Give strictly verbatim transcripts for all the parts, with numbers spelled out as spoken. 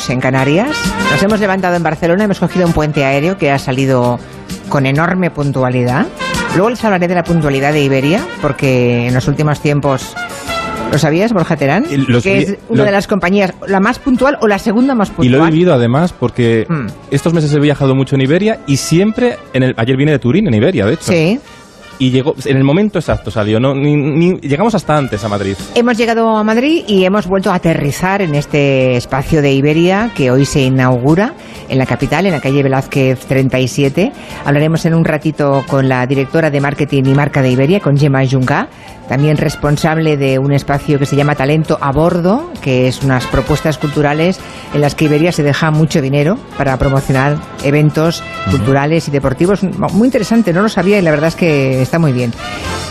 dos en Canarias. Nos hemos levantado en Barcelona, hemos cogido un puente aéreo que ha salido con enorme puntualidad. Luego les hablaré de la puntualidad de Iberia, porque en los últimos tiempos... ¿Lo sabías, Borja Terán? Los, que es una los, de las compañías, la más puntual o la segunda más puntual. Y lo he vivido además porque mm. estos meses he viajado mucho en Iberia y siempre, en el, ayer vine de Turín, en Iberia, de hecho. Sí. Y llegó, en el momento exacto salió, no, ni, ni, llegamos hasta antes a Madrid. Hemos llegado a Madrid y hemos vuelto a aterrizar en este espacio de Iberia que hoy se inaugura en la capital, en la calle Velázquez treinta y siete. Hablaremos en un ratito con la directora de marketing y marca de Iberia, con Gemma Jungà, también responsable de un espacio que se llama Talento a Bordo, que es unas propuestas culturales en las que Iberia se deja mucho dinero para promocionar eventos uh-huh. culturales y deportivos. Muy interesante, no lo sabía y la verdad es que está muy bien.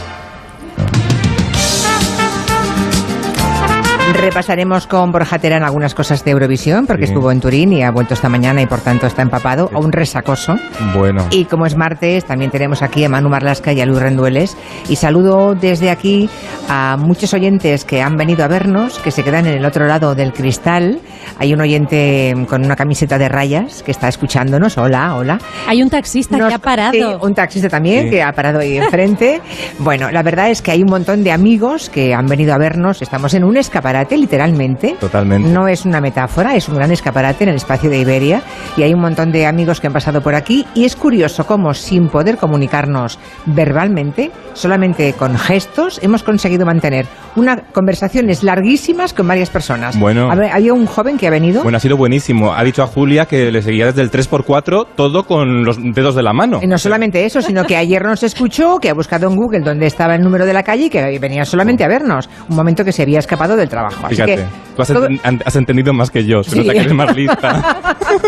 Repasaremos con Borja Terán algunas cosas de Eurovisión, porque sí. estuvo en Turín y ha vuelto esta mañana y por tanto está empapado, a un resacoso. Bueno. Y como es martes, también tenemos aquí a Manu Marlasca y a Luis Rendueles. Y saludo desde aquí a muchos oyentes que han venido a vernos, que se quedan en el otro lado del cristal. Hay un oyente con una camiseta de rayas que está escuchándonos. Hola, hola. Hay un taxista Nos, que ha parado. Sí, un taxista también sí. que ha parado ahí enfrente. Bueno, la verdad es que hay un montón de amigos que han venido a vernos. Estamos en un escaparate, literalmente. Totalmente. No es una metáfora, es un gran escaparate en el espacio de Iberia y hay un montón de amigos que han pasado por aquí y es curioso cómo sin poder comunicarnos verbalmente, solamente con gestos, hemos conseguido mantener unas conversaciones larguísimas con varias personas. Bueno. Había un joven que ha venido. Bueno, ha sido buenísimo. Ha dicho a Julia que le seguía desde el tres por cuatro todo con los dedos de la mano. Y no solamente eso, sino que ayer nos escuchó, que ha buscado en Google dónde estaba el número de la calle y que venía solamente a vernos. Un momento que se había escapado del trabajo. Así Fíjate, que, tú has, todo... ent- has entendido más que yo, se sí. nota que eres más lista.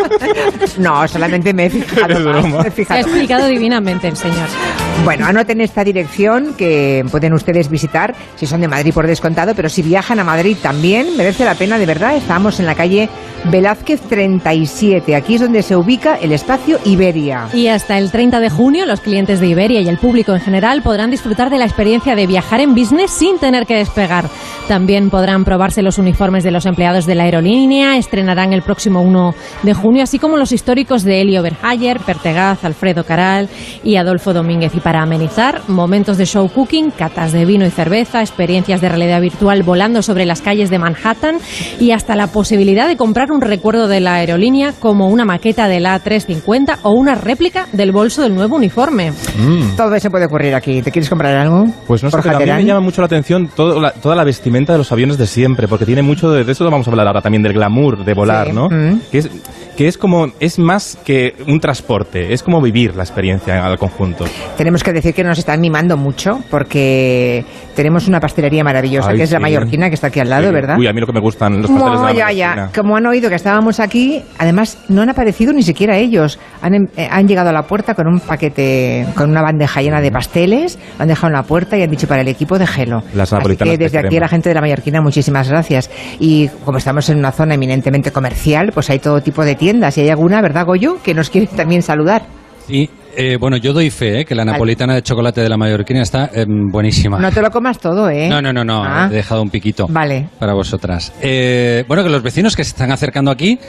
No, solamente me he fijado más, me he fijado Se ha explicado más. Divinamente el señor. Bueno, anoten esta dirección que pueden ustedes visitar, si son de Madrid por descontado, pero si viajan a Madrid también, merece la pena, de verdad. Estamos en la calle Velázquez treinta y siete, aquí es donde se ubica el espacio Iberia. Y hasta el treinta de junio, los clientes de Iberia y el público en general podrán disfrutar de la experiencia de viajar en business sin tener que despegar. También podrán probarse los uniformes de los empleados de la aerolínea, estrenarán el próximo uno de junio, así como los históricos de Eli Oberhayer, Pertegaz, Alfredo Caral y Adolfo Domínguez. Y para amenizar, momentos de show cooking, catas de vino y cerveza, experiencias de realidad virtual volando sobre las calles de Manhattan y hasta la posibilidad de comprar un recuerdo de la aerolínea como una maqueta del A trescientos cincuenta o una réplica del bolso del nuevo uniforme. Mm. Todo eso puede ocurrir aquí. ¿Te quieres comprar algo? Pues no sé, pero a mí me llama mucho la atención todo la, toda la vestimenta de los aviones de siempre, porque tiene mucho de, de eso vamos a hablar ahora también, del glamour de volar, sí. ¿no? Mm. Que es que es como, es más que un transporte, es como vivir la experiencia al conjunto. Tenemos que decir que nos están mimando mucho, porque tenemos una pastelería maravillosa, Ay, que es sí. la Mallorquina, que está aquí al lado, sí. ¿verdad? Uy, a mí lo que me gustan los pasteles no, de la ya, Mallorquina. Ya. Como han oído que estábamos aquí, además no han aparecido ni siquiera ellos. Han, eh, han llegado a la puerta con un paquete, con una bandeja llena de pasteles, lo han dejado en la puerta y han dicho para el equipo de Gelo. Las Así napolitanas que desde aquí a la gente de la Mallorquina, muchísimas gracias. Y como estamos en una zona eminentemente comercial, pues hay todo tipo de tiendas. Y hay alguna, ¿verdad, Goyo?, que nos quiere también saludar. Sí. Eh, bueno, yo doy fe, ¿eh? que la napolitana de chocolate de la Mallorquina está eh, buenísima. No te lo comas todo, ¿eh? No, no, no, no. Ah. He dejado un piquito vale. para vosotras. Eh, bueno, que los vecinos que se están acercando aquí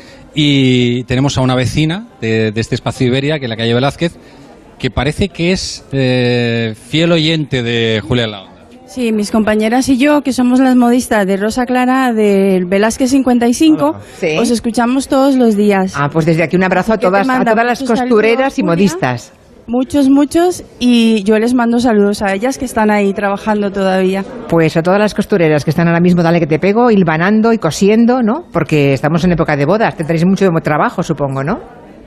y tenemos a una vecina de, de este espacio Iberia, que es la calle Velázquez, que parece que es eh, fiel oyente de Julia en la Onda. Sí, mis compañeras y yo, que somos las modistas de Rosa Clara del Velázquez cincuenta y cinco, ¿sí? Os escuchamos todos los días. Ah, pues desde aquí un abrazo a todas, a todas las costureras y modistas. Muchos, muchos, y yo les mando saludos a ellas que están ahí trabajando todavía. Pues a todas las costureras que están ahora mismo, dale que te pego, hilvanando y cosiendo, ¿no? Porque estamos en época de bodas, tendréis mucho trabajo, supongo, ¿no?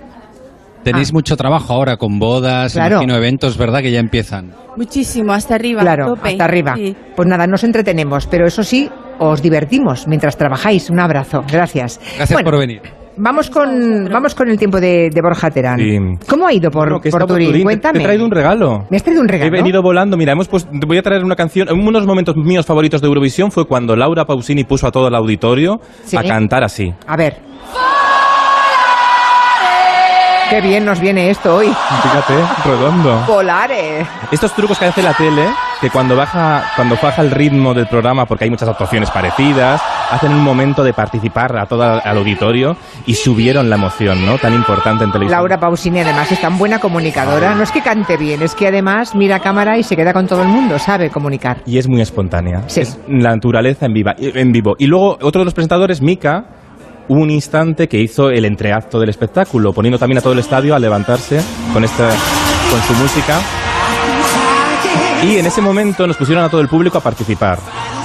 Tenéis ah. mucho trabajo ahora con bodas, claro. imagino eventos, ¿verdad? Que ya empiezan. Muchísimo, hasta arriba. Claro, tope. hasta arriba. Sí. Pues nada, nos entretenemos, pero eso sí, os divertimos mientras trabajáis. Un abrazo, gracias. Gracias bueno, por venir. Vamos con, vamos con el tiempo de, de Borja Terán. Sí. ¿Cómo ha ido por, bueno, por Turín? Turín? Cuéntame. Te he traído un regalo. ¿Me has traído un regalo? He venido volando. Mira, hemos pues, te voy a traer una canción. Uno de los momentos míos favoritos de Eurovisión fue cuando Laura Pausini puso a todo el auditorio ¿Sí? a cantar así. A ver. Qué bien nos viene esto hoy. Fíjate, redondo. Volare. Estos trucos que hace la tele que cuando baja, cuando baja el ritmo del programa, porque hay muchas actuaciones parecidas, hacen un momento de participar a todo el auditorio y subieron la emoción, ¿no? Tan importante en televisión. Laura Pausini, además, es tan buena comunicadora. No es que cante bien, es que además mira a cámara y se queda con todo el mundo, sabe comunicar. Y es muy espontánea. Sí. Es la naturaleza en, viva, en vivo. Y luego, otro de los presentadores, Mika, hubo un instante que hizo el entreacto del espectáculo, poniendo también a todo el estadio a levantarse con, esta, con su música. Y en ese momento nos pusieron a todo el público a participar,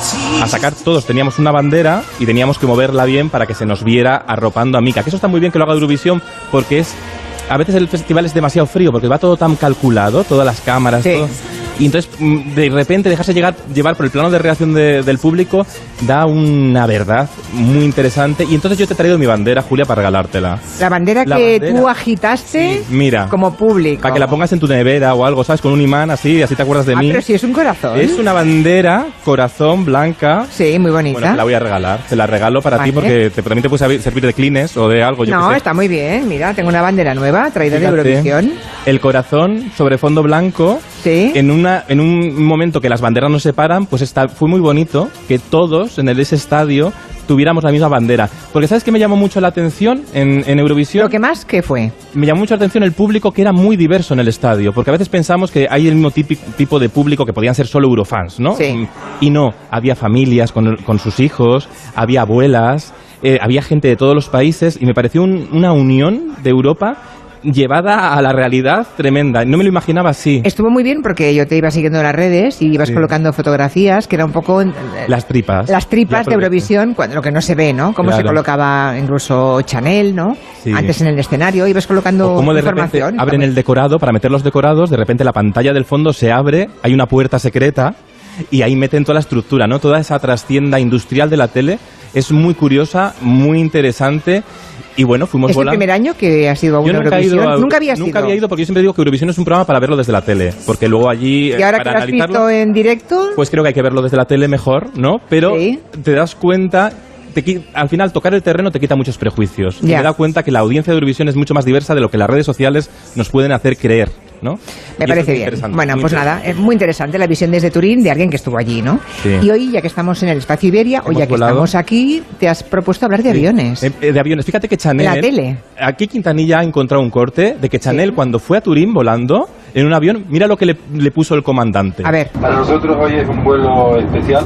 a sacar todos, teníamos una bandera y teníamos que moverla bien para que se nos viera arropando a Mika, que eso está muy bien que lo haga Eurovisión porque es, a veces el festival es demasiado frío porque va todo tan calculado, todas las cámaras, sí. todo, y entonces de repente dejarse llegar, llevar por el plano de reacción de, del público da una verdad muy interesante. Y entonces yo te he traído mi bandera, Julia, para regalártela. La bandera la que bandera. tú agitaste, sí, mira, como público. Para que la pongas en tu nevera o algo, ¿sabes? Con un imán así, así te acuerdas de ah, mí. Pero si es un corazón. Es una bandera, corazón, blanca. Sí, muy bonita. Bueno, te la voy a regalar. Te la regalo para vale. ti porque te, también te puede servir de clines o de algo. Yo no, que sé. Está muy bien. Mira, tengo una bandera nueva traída Fíjate, de Eurovisión. El corazón sobre fondo blanco. Sí. En, una, en un momento que las banderas no se paran, pues está, fue muy bonito que todos en el, ese estadio tuviéramos la misma bandera. Porque ¿sabes qué me llamó mucho la atención en, en Eurovisión? ¿Lo que más qué fue? Me llamó mucho la atención el público, que era muy diverso en el estadio. Porque a veces pensamos que hay el mismo típico, tipo de público que podían ser solo eurofans, ¿no? Sí. Y no, había familias con, con sus hijos, había abuelas, eh, había gente de todos los países y me pareció un, una unión de Europa llevada a la realidad tremenda. No me lo imaginaba así. Estuvo muy bien porque yo te iba siguiendo en las redes y ibas sí. colocando fotografías que era un poco las tripas las tripas de Eurovisión, cuando, lo que no se ve, ¿no? Cómo claro. se colocaba incluso Chanel, ¿no? Sí. Antes en el escenario ibas colocando o cómo de información. Repente abren el decorado para meter los decorados, de repente la pantalla del fondo se abre, hay una puerta secreta y ahí meten toda la estructura, ¿no? Toda esa trastienda industrial de la tele. Es muy curiosa, muy interesante. Y bueno, fuimos volando. ¿Es el primer año que has ido a una yo nunca Eurovisión? He ido a, ¿Nunca habías Nunca ido? había ido porque yo siempre digo que Eurovisión es un programa para verlo desde la tele. Porque luego allí, ¿y ahora para que lo has analizarlo, visto en directo? Pues creo que hay que verlo desde la tele mejor, ¿no? Pero ¿sí? te das cuenta... Te, al final, tocar el terreno te quita muchos prejuicios. Yeah. Y me da cuenta que la audiencia de Eurovisión es mucho más diversa de lo que las redes sociales nos pueden hacer creer, ¿no? Me y parece bien. Bueno, pues nada, es muy interesante la visión desde Turín de alguien que estuvo allí, ¿no? Sí. Y hoy, ya que estamos en el espacio Iberia, hoy ya que volado. estamos aquí, te has propuesto hablar de sí. aviones. Eh, de aviones. Fíjate que Chanel... La tele. Aquí Quintanilla ha encontrado un corte de que Chanel, sí. cuando fue a Turín volando en un avión, mira lo que le, le puso el comandante. A ver. Para nosotros hoy es un vuelo especial.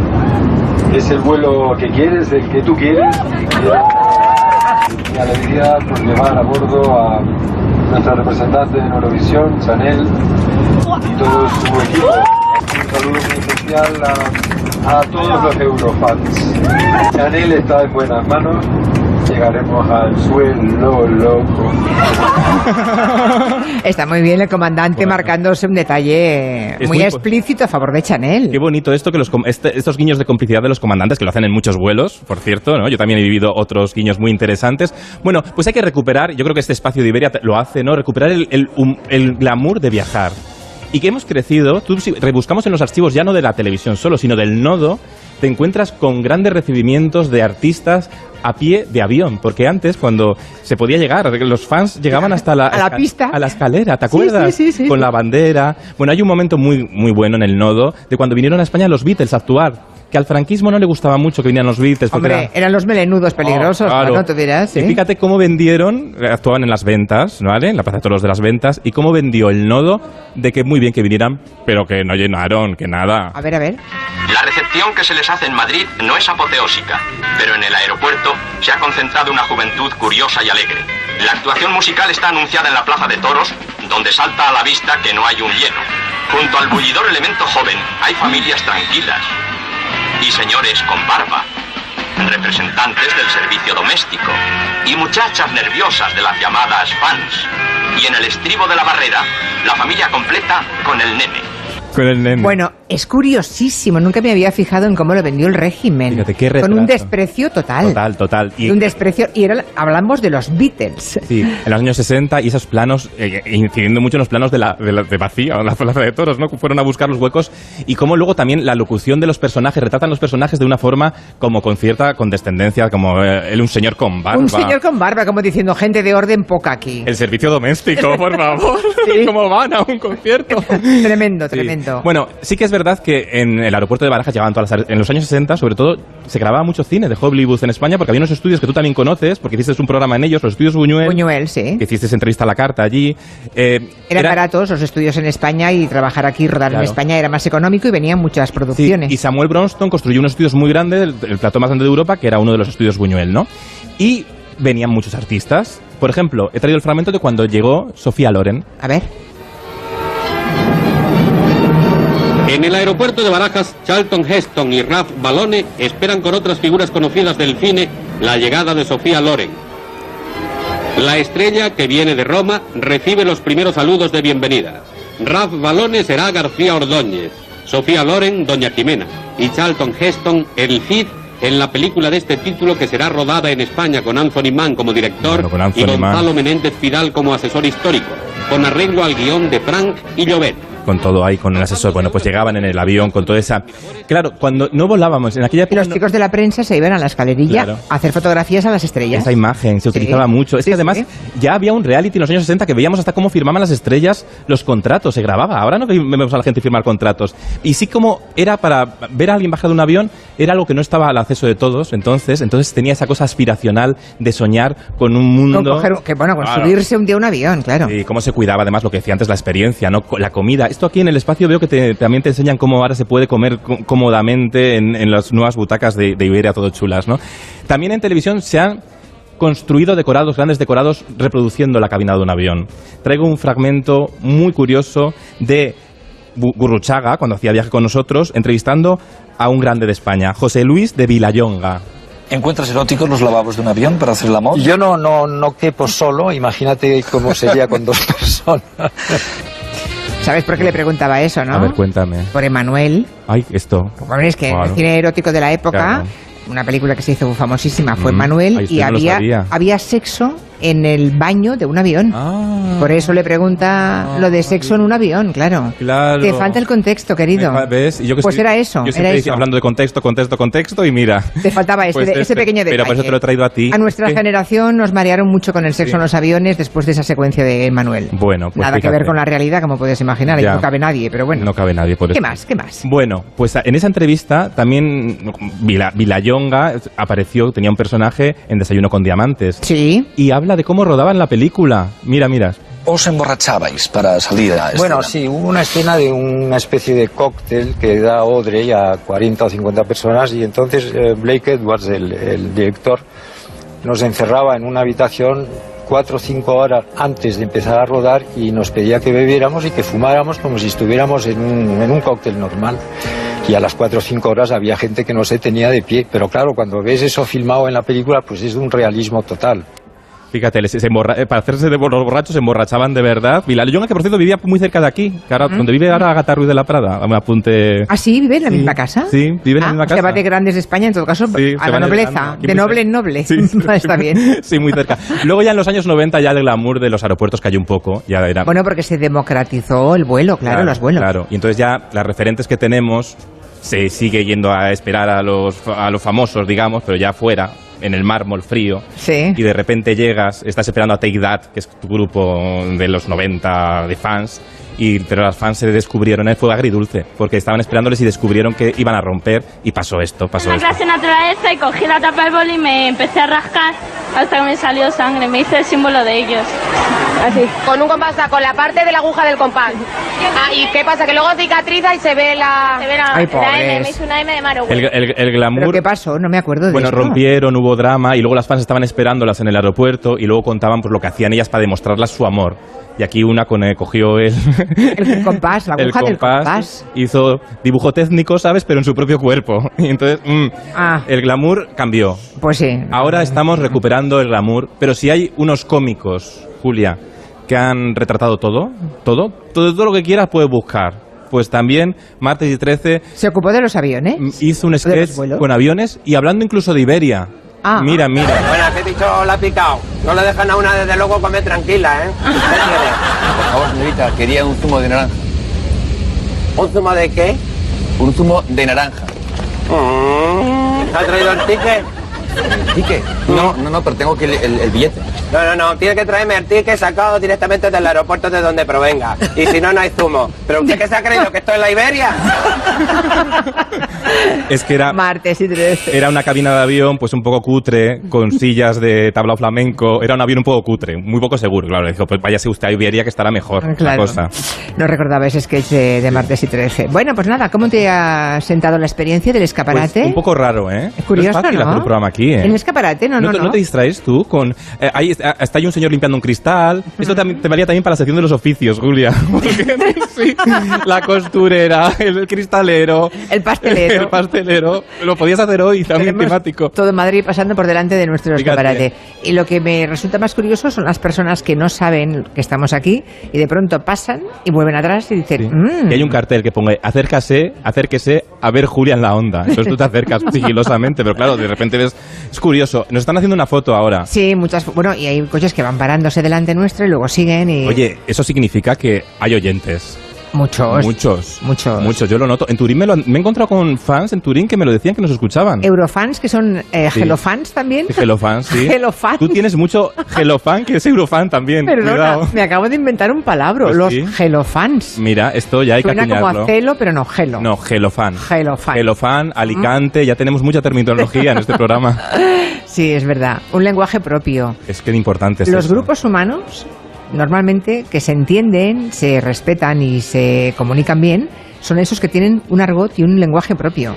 Es el vuelo que quieres, el que tú quieres. Mi alegría por llevar a bordo a nuestra representante en Eurovisión, Chanel, y todo su equipo. Un saludo muy especial a, a todos los eurofans. Chanel está en buenas manos. Llegaremos al suelo loco. Está muy bien el comandante bueno, marcándose un detalle muy, muy explícito a favor de Chanel. Qué bonito esto, que los, este, estos guiños de complicidad de los comandantes, que lo hacen en muchos vuelos, por cierto, ¿no? Yo también he vivido otros guiños muy interesantes. Bueno, pues hay que recuperar, yo creo que este espacio de Iberia lo hace, ¿no? Recuperar el, el, um, el glamour de viajar. Y que hemos crecido, tú si rebuscamos en los archivos ya no de la televisión solo, sino del nodo, te encuentras con grandes recibimientos de artistas a pie de avión, porque antes cuando se podía llegar, los fans llegaban hasta la, a la pista, a la escalera, ¿te acuerdas? Sí, sí, sí, sí, con sí. la bandera. Bueno, hay un momento muy muy bueno en el nodo de cuando vinieron a España los Beatles a actuar. Que al franquismo no le gustaba mucho que vinieran los Beatles. Hombre, era... eran los melenudos peligrosos, oh, claro. ¿no? Tú dirás, ¿sí? Y fíjate cómo vendieron, actuaban en las ventas, ¿vale? En la Plaza de Toros de las Ventas, y cómo vendió el nodo de que muy bien que vinieran, pero que no llenaron, que nada. A ver, a ver. La recepción que se les hace en Madrid no es apoteósica, pero en el aeropuerto se ha concentrado una juventud curiosa y alegre. La actuación musical está anunciada en la Plaza de Toros, donde salta a la vista que no hay un lleno. Junto al bullidor elemento joven hay familias tranquilas y señores con barba, representantes del servicio doméstico y muchachas nerviosas de las llamadas fans. Y en el estribo de la barrera, la familia completa con el nene. Con el nene. Bueno, es curiosísimo, nunca me había fijado en cómo lo vendió el régimen. Fíjate, qué retraso. Con un desprecio total. Total, total. Y un desprecio, y era, hablamos de los Beatles. Sí, en los años sesenta, y esos planos, eh, incidiendo mucho en los planos de la, de la de vacía, o la Plaza de Toros, ¿no? Fueron a buscar los huecos, y cómo luego también la locución de los personajes, retratan los personajes de una forma como con cierta condescendencia, como eh, él un señor con barba. Un señor con barba, como diciendo, gente de orden poca aquí. El servicio doméstico, por favor. Sí. ¿Cómo van a un concierto? Tremendo, tremendo. Sí. momento. Bueno, sí que es verdad que en el aeropuerto de Barajas llegaban todas las... En los años sesenta, sobre todo, se grababa mucho cine de Hollywood en España, porque había unos estudios que tú también conoces, porque hiciste un programa en ellos, los estudios Buñuel. Buñuel, sí. Que hiciste entrevista a la carta allí. Eh, Eran era... baratos los estudios en España y trabajar aquí, rodar claro. en España era más económico y venían muchas producciones. Sí, y Samuel Bronston construyó unos estudios muy grandes, el, el plató más grande de Europa, que era uno de los estudios Buñuel, ¿no? Y venían muchos artistas. Por ejemplo, he traído el fragmento de cuando llegó Sofía Loren. A ver. En el aeropuerto de Barajas, Charlton Heston y Ralph Balone esperan con otras figuras conocidas del cine la llegada de Sofía Loren. La estrella, que viene de Roma, recibe los primeros saludos de bienvenida. Ralph Balone será García Ordóñez, Sofía Loren, Doña Jimena, y Charlton Heston, el Cid, en la película de este título que será rodada en España con Anthony Mann como director bueno, y Gonzalo Mann. Menéndez Pidal como asesor histórico, con arreglo al guión de Frank y Llobet. Con todo ahí, con el asesor. Bueno, pues llegaban en el avión con toda esa... Claro, cuando no volábamos, en aquella época... Los chicos de la prensa se iban a la escalerilla Claro. a hacer fotografías a las estrellas. Esa imagen se Sí. utilizaba mucho. Es Sí, que además sí. ya había un reality en los años sesenta que veíamos hasta cómo firmaban las estrellas los contratos, se grababa. Ahora no vemos a la gente firmar contratos. Y sí, como era para ver a alguien bajar de un avión, era algo que no estaba al acceso de todos, entonces entonces tenía esa cosa aspiracional de soñar con un mundo... Con coger, que, bueno, con Claro. subirse un día a un avión, claro. Y cómo se cuidaba, además, lo que decía antes, la experiencia, ¿no? La comida. Esto aquí en el espacio veo que te, también te enseñan cómo ahora se puede comer có- cómodamente en, en las nuevas butacas de, de Iberia, todo chulas, ¿no? También en televisión se han construido decorados, grandes decorados, reproduciendo la cabina de un avión. Traigo un fragmento muy curioso de Bu- Gurruchaga, cuando hacía viaje con nosotros, entrevistando a un grande de España, José Luis de Vilallonga. ¿Encuentras eróticos los lavabos de un avión para hacer el amor? Yo no, no, no quepo solo, imagínate cómo sería con dos personas. ¿Sabes por qué le preguntaba eso, no? A ver, cuéntame. Por Emanuel. Ay, esto. Bueno, es que en Claro. el cine erótico de la época, Claro. una película que se hizo famosísima fue Mm. Emanuel Ay, usted y no lo había, sabía. había sexo en el baño de un avión. Ah. Por eso le pregunta lo de sexo en un avión, claro. Claro. Te falta el contexto, querido. Me fa- ¿Ves? Y yo que Pues estoy- era eso, Yo era siempre eso. hablando de contexto, contexto, contexto y mira. Te faltaba ese, Pues ese este- pequeño detalle. Pero por eso te lo he traído a ti. A nuestra ¿Qué? generación nos marearon mucho con el sexo Sí. en los aviones después de esa secuencia de Emanuel. Bueno, pues Nada que fíjate. ver con la realidad, como puedes imaginar. Ahí Ya. no cabe nadie, pero bueno. No cabe nadie por ¿Qué eso. más? ¿Qué más? Bueno, pues en esa entrevista también Vila- Vilallonga apareció, tenía un personaje en Desayuno con Diamantes. Sí. Y habla de cómo rodaban la película. Mira, mira. ¿Os emborrachabais para salir a escena? Bueno, sí, hubo una escena de una especie de cóctel que da Audrey a cuarenta o cincuenta personas y entonces eh, Blake Edwards, el, el director, nos encerraba en una habitación cuatro o cinco horas antes de empezar a rodar y nos pedía que bebiéramos y que fumáramos como si estuviéramos en un, en un cóctel normal. Y a las cuatro o cinco horas había gente que no se tenía de pie. Pero claro, cuando ves eso filmado en la película, pues es de un realismo total. Fíjate, les- se emborra- eh, para hacerse de los borrachos se emborrachaban de verdad. Vilallonga, que por cierto vivía muy cerca de aquí, que ahora- donde vive ahora Agatha Ruiz de la Prada. Me apunte. ¿Ah, sí? ¿Vive en la Sí. misma casa? Sí, vive en la Ah, misma o sea, casa. va de grandes de España, en todo caso, Sí, a se la van nobleza. heredando, aquí De muy noble cerca. en noble. Sí, sí, Está sí, bien. Sí, muy cerca. Luego ya en los años noventa ya el glamour de los aeropuertos cayó un poco. Ya era, Bueno, porque se democratizó el vuelo, claro, los vuelos. Claro, y entonces ya las referentes que tenemos se sigue yendo a esperar a los, a los famosos, digamos, pero ya fuera, en el mármol frío. Sí. Y de repente llegas, estás esperando a Take That, que es tu grupo de los noventa de fans, y, pero las fans se descubrieron, eh, fue agridulce, porque estaban esperándoles y descubrieron que iban a romper, y pasó esto, pasó Una esto. clase de naturaleza y cogí la tapa del boli y me empecé a rascar hasta que me salió sangre. Me hice el símbolo de ellos. Así. Con un compás, o sea, con la parte de la aguja del compás. Ah, ¿y qué pasa? Que luego cicatriza y se ve la... Se ve la, Ay, la pobres. M, me hizo una M de Mario. El, el, el glamour... ¿Pero qué pasó? No me acuerdo de Bueno, esto. rompieron, hubo drama y luego las fans estaban esperándolas en el aeropuerto y luego contaban pues, lo que hacían ellas para demostrarlas su amor. Y aquí una con, eh, cogió el, El compás, la el aguja del compás, compás. hizo dibujo técnico, ¿sabes? Pero en su propio cuerpo. Y entonces, mm, Ah. el glamour cambió. Pues sí. Ahora estamos recuperando el glamour, pero si hay unos cómicos, Julia, que han retratado todo, todo, todo, todo lo que quieras puedes buscar. Pues también, martes y trece, ¿Se ocupó de los aviones? hizo un ¿De los sketch vuelos? con aviones y hablando incluso de Iberia. Ah. Mira, mira. Bueno, ¿qué dicho la ha picado? No le dejan a una desde luego comer tranquila, ¿eh? ¿Qué quiere? Por favor, señorita, quería un zumo de naranja. ¿Un zumo de qué? Un zumo de naranja. Mm, ¿te ha traído el ticket? ¿El ticket? No, no, no, pero tengo que el, el, el billete. No, no, no, tiene que traerme el ticket sacado directamente del aeropuerto de donde provenga. Y si no, no hay zumo. ¿Pero usted qué se ha creído, que esto es la Iberia? Es que era... Martes y trece. Era una cabina de avión, pues un poco cutre, con sillas de tablao flamenco. Era un avión un poco cutre, muy poco seguro, claro. Le dijo, pues váyase usted a Iberia, que estará mejor claro. la cosa. No recordaba ese sketch de, de Martes y trece. Bueno, pues nada, ¿cómo te ha sentado la experiencia del escaparate? Pues un poco raro, ¿eh? Es curioso, no es fácil ¿no? hacer un programa aquí, ¿eh? En el escaparate, no, no, no. no. ¿No te distraes tú con...? Eh, ahí está, está ahí un señor limpiando un cristal. Uh-huh. Esto te, te valía también para la sección de los oficios, Julia. Porque, sí, la costurera, el cristalero... El pastelero. El pastelero. Lo podías hacer hoy, también Tenemos temático. todo Madrid pasando por delante de nuestro Fíjate. escaparate. Y lo que me resulta más curioso son las personas que no saben que estamos aquí y de pronto pasan y vuelven atrás y dicen... Sí. Mmm. Y hay un cartel que ponga, acércase, acérquese a ver Julia en la onda. Entonces tú te acercas sigilosamente, pero claro, de repente ves... Es curioso. Nos están haciendo una foto ahora. Sí, muchas... Bueno, y hay coches que van parándose delante nuestro y luego siguen y... Oye, eso significa que hay oyentes. Muchos. Muchos. Muchos. Muchos, yo lo noto. En Turín me, lo, me he encontrado con fans en Turín que me lo decían que nos escuchaban. Eurofans, que son eh, Sí. Helofans también. Sí, Helofans, sí. Helofans. Tú tienes mucho Helofan que es Eurofan también. Perdona, Cuidado. me acabo de inventar un palabra. Pues los sí. Helofans. Mira, esto ya hay Suena que como acuñarlo. a celo, pero no, Gelo. No, Helofan. Helofan. Helofan, Alicante, ya tenemos mucha terminología en este programa. Sí, es verdad. Un lenguaje propio. Es que es importante es Los eso. grupos humanos, normalmente, que se entienden, se respetan y se comunican bien, son esos que tienen un argot y un lenguaje propio.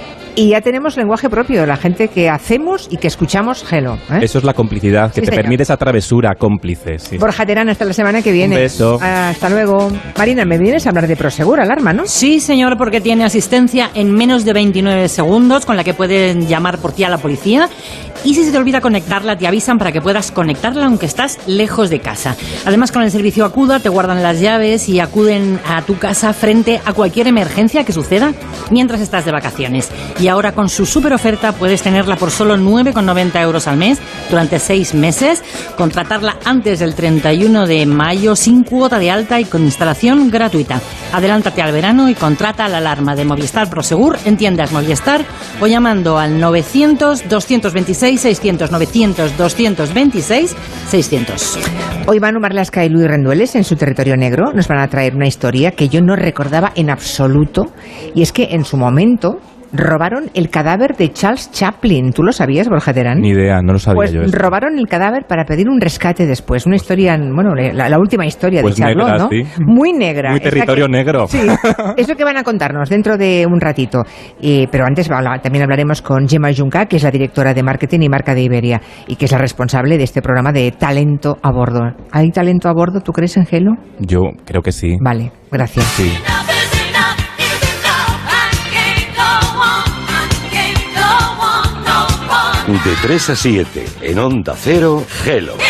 Y ya tenemos lenguaje propio, la gente que hacemos y que escuchamos Gelo. ¿eh? Eso es la complicidad, que Sí, te señor. permite esa travesura cómplice. Sí. Borja Terán, hasta la semana que viene. Un beso. Hasta luego. Marina, ¿me vienes a hablar de Prosegur Alarma, no? Sí, señor, porque tiene asistencia en menos de veintinueve segundos con la que pueden llamar por ti a la policía. Y si se te olvida conectarla, te avisan para que puedas conectarla aunque estás lejos de casa. Además, con el servicio Acuda te guardan las llaves y acuden a tu casa frente a cualquier emergencia que suceda mientras estás de vacaciones. Y ahora con su super oferta puedes tenerla por solo nueve con noventa euros al mes durante seis meses, contratarla antes del treinta y uno de mayo sin cuota de alta y con instalación gratuita. Adelántate al verano y contrata la alarma de Movistar Prosegur en tiendas Movistar o llamando al novecientos, doscientos veintiséis, seiscientos, novecientos, doscientos veintiséis, seiscientos. Hoy van Omar Lasca y Luis Rendueles en su territorio negro. Nos van a traer una historia que yo no recordaba en absoluto. Y es que en su momento robaron el cadáver de Charles Chaplin. ¿Tú lo sabías, Borja Terán? Ni idea, no lo sabía Pues yo. Eso. robaron el cadáver para pedir un rescate después. Una historia, bueno, la, la última historia Pues de Charlot, negra, ¿no? sí. Muy negra. Muy Esta territorio que- negro. Sí, eso que van a contarnos dentro de un ratito. Eh, pero antes va- también hablaremos con Gemma Junca, que es la directora de marketing y marca de Iberia y que es la responsable de este programa de talento a bordo. ¿Hay talento a bordo, tú crees, en Gelo? Yo creo que sí. Vale, gracias. Sí. De tres a siete, en Onda Cero, Gelo.